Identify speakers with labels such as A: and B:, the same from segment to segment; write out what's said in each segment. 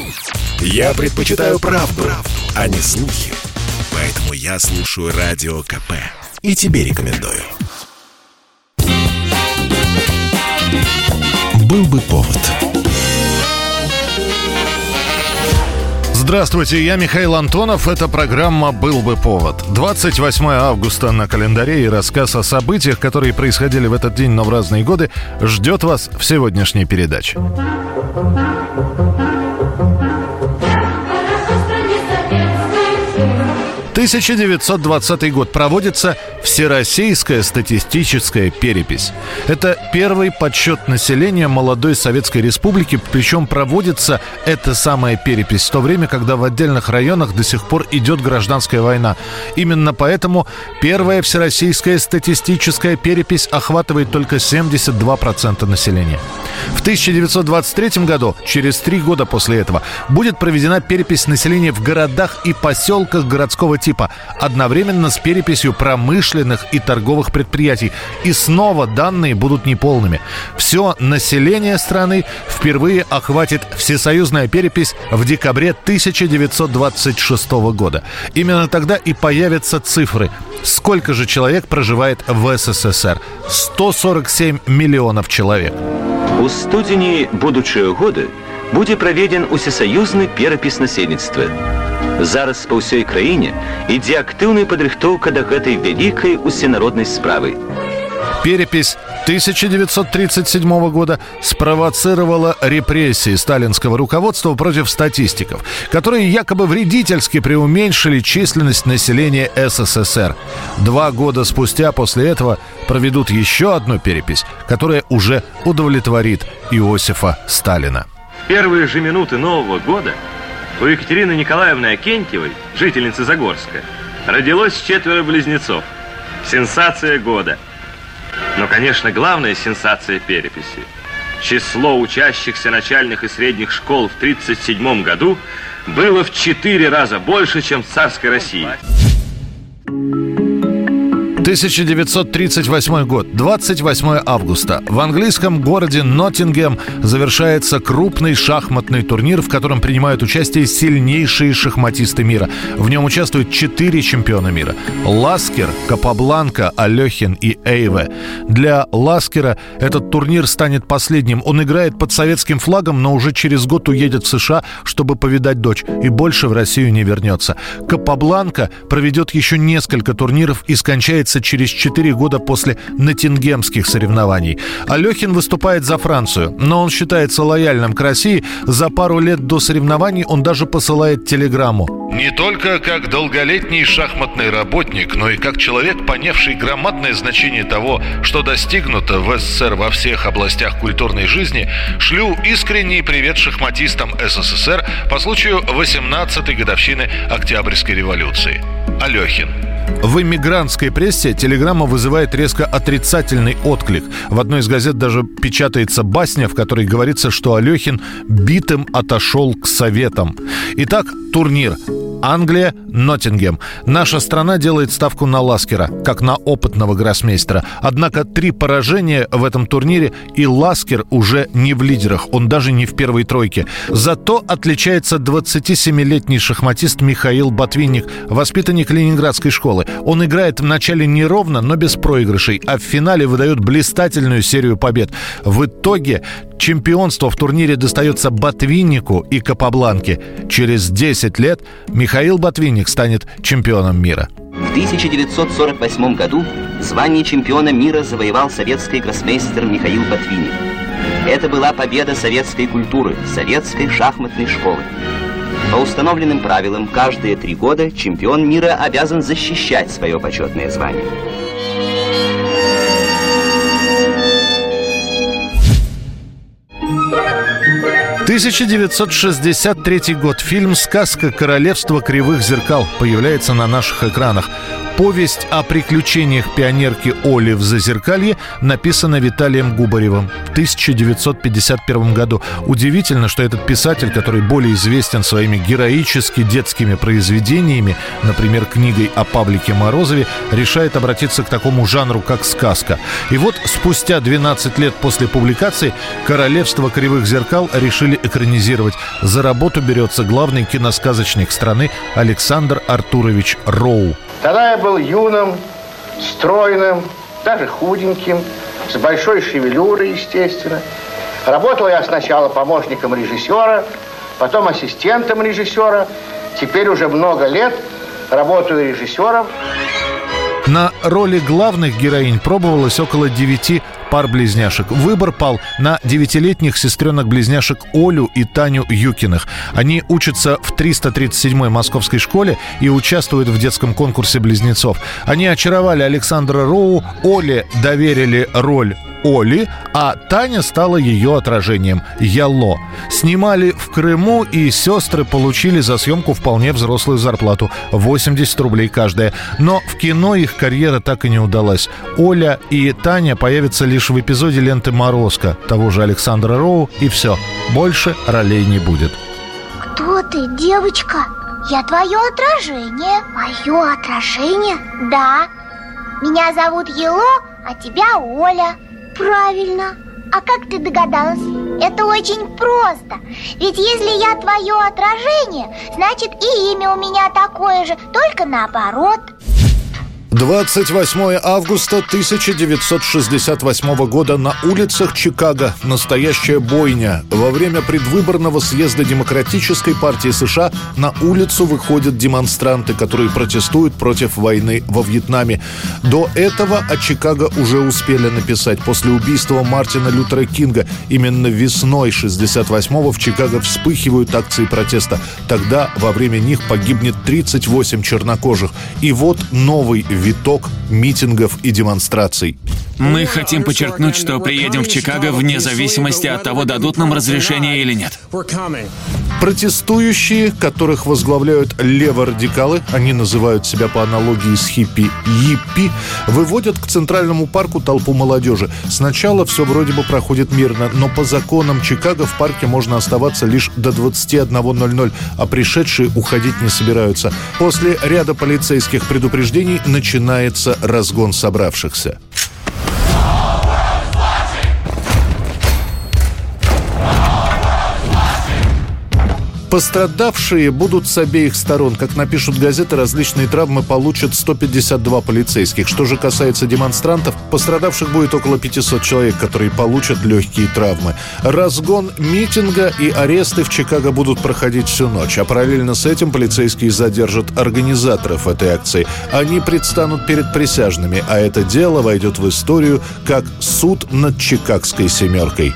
A: Я предпочитаю правду, а не слухи. Поэтому я слушаю Радио КП. И тебе рекомендую. Был бы повод.
B: Здравствуйте, я Михаил Антонов. Это программа «Был бы повод». 28 августа на календаре, и рассказ о событиях, которые происходили в этот день, но в разные годы, ждет вас в сегодняшней передаче. 1920 год. Проводится Всероссийская статистическая перепись. Это первый подсчет населения молодой Советской Республики, причем проводится эта самая перепись в то время, когда в отдельных районах до сих пор идет гражданская война. Именно поэтому первая Всероссийская статистическая перепись охватывает только 72% населения. В 1923 году, через 3 года после этого, будет проведена перепись населения в городах и поселках городского типа, одновременно с переписью промышленных и торговых предприятий. И снова данные будут неполными. Все население страны впервые охватит всесоюзная перепись в декабре 1926 года. Именно тогда и появятся цифры. Сколько же человек проживает в СССР? 147 миллионов человек.
C: У студені будучого года буде проведен усесоюзный перапіс насельніцтва. Зараз по всей краине ідзе активная падрыхтоўка до этой великой усенародной справы.
B: Перепись 1937 года спровоцировала репрессии сталинского руководства против статистиков, которые якобы вредительски преуменьшили численность населения СССР. 2 года спустя после этого проведут еще одну перепись, которая уже удовлетворит Иосифа Сталина.
D: В первые же минуты Нового года у Екатерины Николаевны Акентьевой, жительницы Загорска, родилось 4 близнецов. Сенсация года. Но, конечно, главная сенсация переписи. Число учащихся начальных и средних школ в 1937 году было в 4 раза больше, чем в царской России.
B: 1938 год, 28 августа. В английском городе Ноттингем завершается крупный шахматный турнир, в котором принимают участие сильнейшие шахматисты мира. В нем участвуют 4 чемпиона мира: Ласкер, Капабланка, Алехин и Эйве. Для Ласкера этот турнир станет последним. Он играет под советским флагом, но уже через год уедет в США, чтобы повидать дочь, и больше в Россию не вернется. Капабланка проведет еще несколько турниров и скончается через 4 года после ноттингемских соревнований. Алехин выступает за Францию, но он считается лояльным к России. За пару лет до соревнований он даже посылает телеграмму: «Не только как долголетний шахматный работник, но и как человек, понявший громадное значение того, что достигнуто в СССР во всех областях культурной жизни, шлю искренний привет шахматистам СССР по случаю 18-й годовщины Октябрьской революции. Алехин». В иммигрантской прессе телеграмма вызывает резко отрицательный отклик. В одной из газет даже печатается басня, в которой говорится, что Алехин битым отошел к советам. Итак, турнир. Англия, Ноттингем. Наша страна делает ставку на Ласкера, как на опытного гроссмейстера. Однако 3 поражения в этом турнире, и Ласкер уже не в лидерах, он даже не в первой тройке. Зато отличается 27-летний шахматист Михаил Ботвинник, воспитанник Ленинградской школы. Он играет вначале неровно, но без проигрышей, а в финале выдает блистательную серию побед. В итоге чемпионство в турнире достается Ботвиннику и Капабланке. Через 10 лет Михаил Ботвинник станет чемпионом мира.
C: В 1948 году звание чемпиона мира завоевал советский гроссмейстер Михаил Ботвинник. Это была победа советской культуры, советской шахматной школы. По установленным правилам, каждые 3 года чемпион мира обязан защищать свое почетное звание.
B: – 1963 год. Фильм «Сказка. Королевство кривых зеркал» появляется на наших экранах. Повесть о приключениях пионерки Оли в Зазеркалье написана Виталием Губаревым в 1951 году. Удивительно, что этот писатель, который более известен своими героически детскими произведениями, например, книгой о Павлике Морозове, решает обратиться к такому жанру, как сказка. И вот спустя 12 лет после публикации «Королевство кривых зеркал» решили экранизировать. За работу берется главный киносказочник страны Александр Артурович Роу.
E: Тогда я был юным, стройным, даже худеньким, с большой шевелюрой, естественно. Работал я сначала помощником режиссера, потом ассистентом режиссера. Теперь уже много лет работаю режиссером.
B: На роли главных героинь пробовалось около 9 пар близняшек. Выбор пал на 9-летних сестренок-близняшек Олю и Таню Юкиных. Они учатся в 337-й московской школе и участвуют в детском конкурсе близнецов. Они очаровали Александра Роу, Оле доверили роль Оли, а Таня стала ее отражением – Ялло. Снимали в Крыму, и сестры получили за съемку вполне взрослую зарплату – 80 рублей каждая. Но в кино их карьера так и не удалась. Оля и Таня появятся лишь в эпизоде ленты «Морозко» того же Александра Роу, и все. Больше ролей не будет.
F: Кто ты, девочка? Я твое отражение. Мое отражение? Да. Меня зовут Ело, а тебя Оля. Правильно. А как ты догадалась? Это очень просто. Ведь если я твое отражение, значит и имя у меня такое же, только наоборот.
B: 28 августа 1968 года на улицах Чикаго настоящая бойня. Во время предвыборного съезда Демократической партии США на улицу выходят демонстранты, которые протестуют против войны во Вьетнаме. До этого о Чикаго уже успели написать. После убийства Мартина Лютера Кинга именно весной 68-го в Чикаго вспыхивают акции протеста. Тогда во время них погибнет 38 чернокожих. И вот новый виток митингов и демонстраций.
G: Мы хотим подчеркнуть, что приедем в Чикаго вне зависимости от того, дадут нам разрешение или нет.
B: Протестующие, которых возглавляют леворадикалы, они называют себя по аналогии с хиппи «Йиппи», выводят к Центральному парку толпу молодежи. Сначала все вроде бы проходит мирно, но по законам Чикаго в парке можно оставаться лишь до 21:00, а пришедшие уходить не собираются. После ряда полицейских предупреждений начинается разгон собравшихся. Пострадавшие будут с обеих сторон. Как напишут газеты, различные травмы получат 152 полицейских. Что же касается демонстрантов, пострадавших будет около 500 человек, которые получат легкие травмы. Разгон митинга и аресты в Чикаго будут проходить всю ночь. А параллельно с этим полицейские задержат организаторов этой акции. Они предстанут перед присяжными, а это дело войдет в историю как суд над Чикагской семеркой.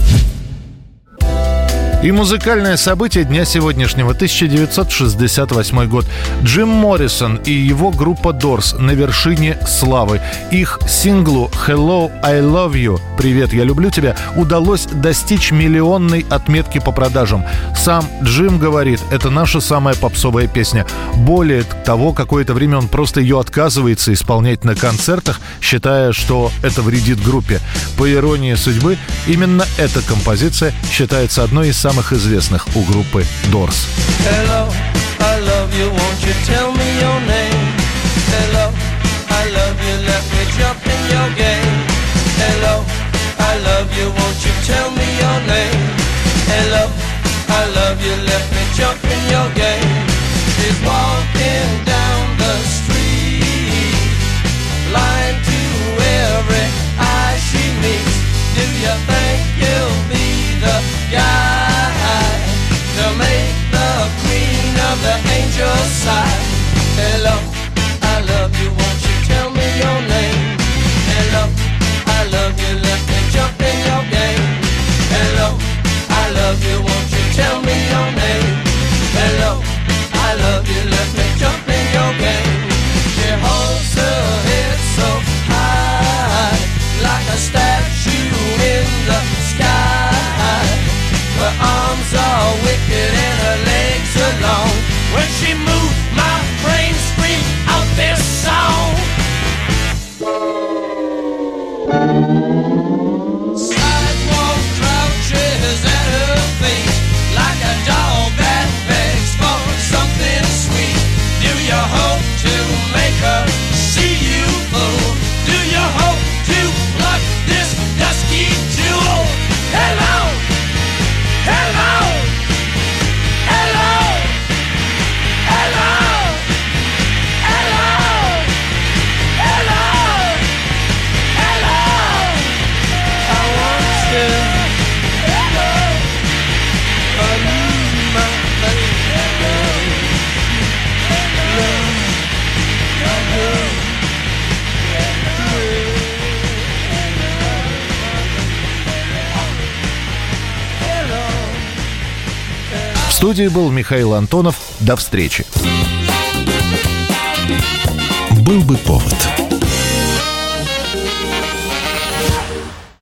B: И музыкальное событие дня сегодняшнего, 1968 год. Джим Моррисон и его группа Doors на вершине славы. Их синглу «Hello, I Love You» «Привет, я люблю тебя» удалось достичь миллионной отметки по продажам. Сам Джим говорит, это наша самая попсовая песня. Более того, какое-то время он просто ее отказывается исполнять на концертах, считая, что это вредит группе. По иронии судьбы, именно эта композиция считается одной из самых известных у группы Doors.
H: Hello, I love you, won't you tell me your name? Hello, I love you, let me jump in your game. Hello, I love you, won't you tell me your name? Hello, I love you, let me jump in your game. She's walking down the street, lying to every eye she meets. Do you think you'll be the guy to make the queen of the angels sigh? Hello, I love you, won't you tell me your name? Hello, I love you, let me jump in your game. Hello, I love you, won't you tell me your name? Hello, I love you, let me jump in your game. She holds her head so high, like a statue in the sky. Her arms are wicked and her legs are long. When she moves, my brain screams out this song.
B: студии был Михаил Антонов. До встречи.
A: Был бы повод.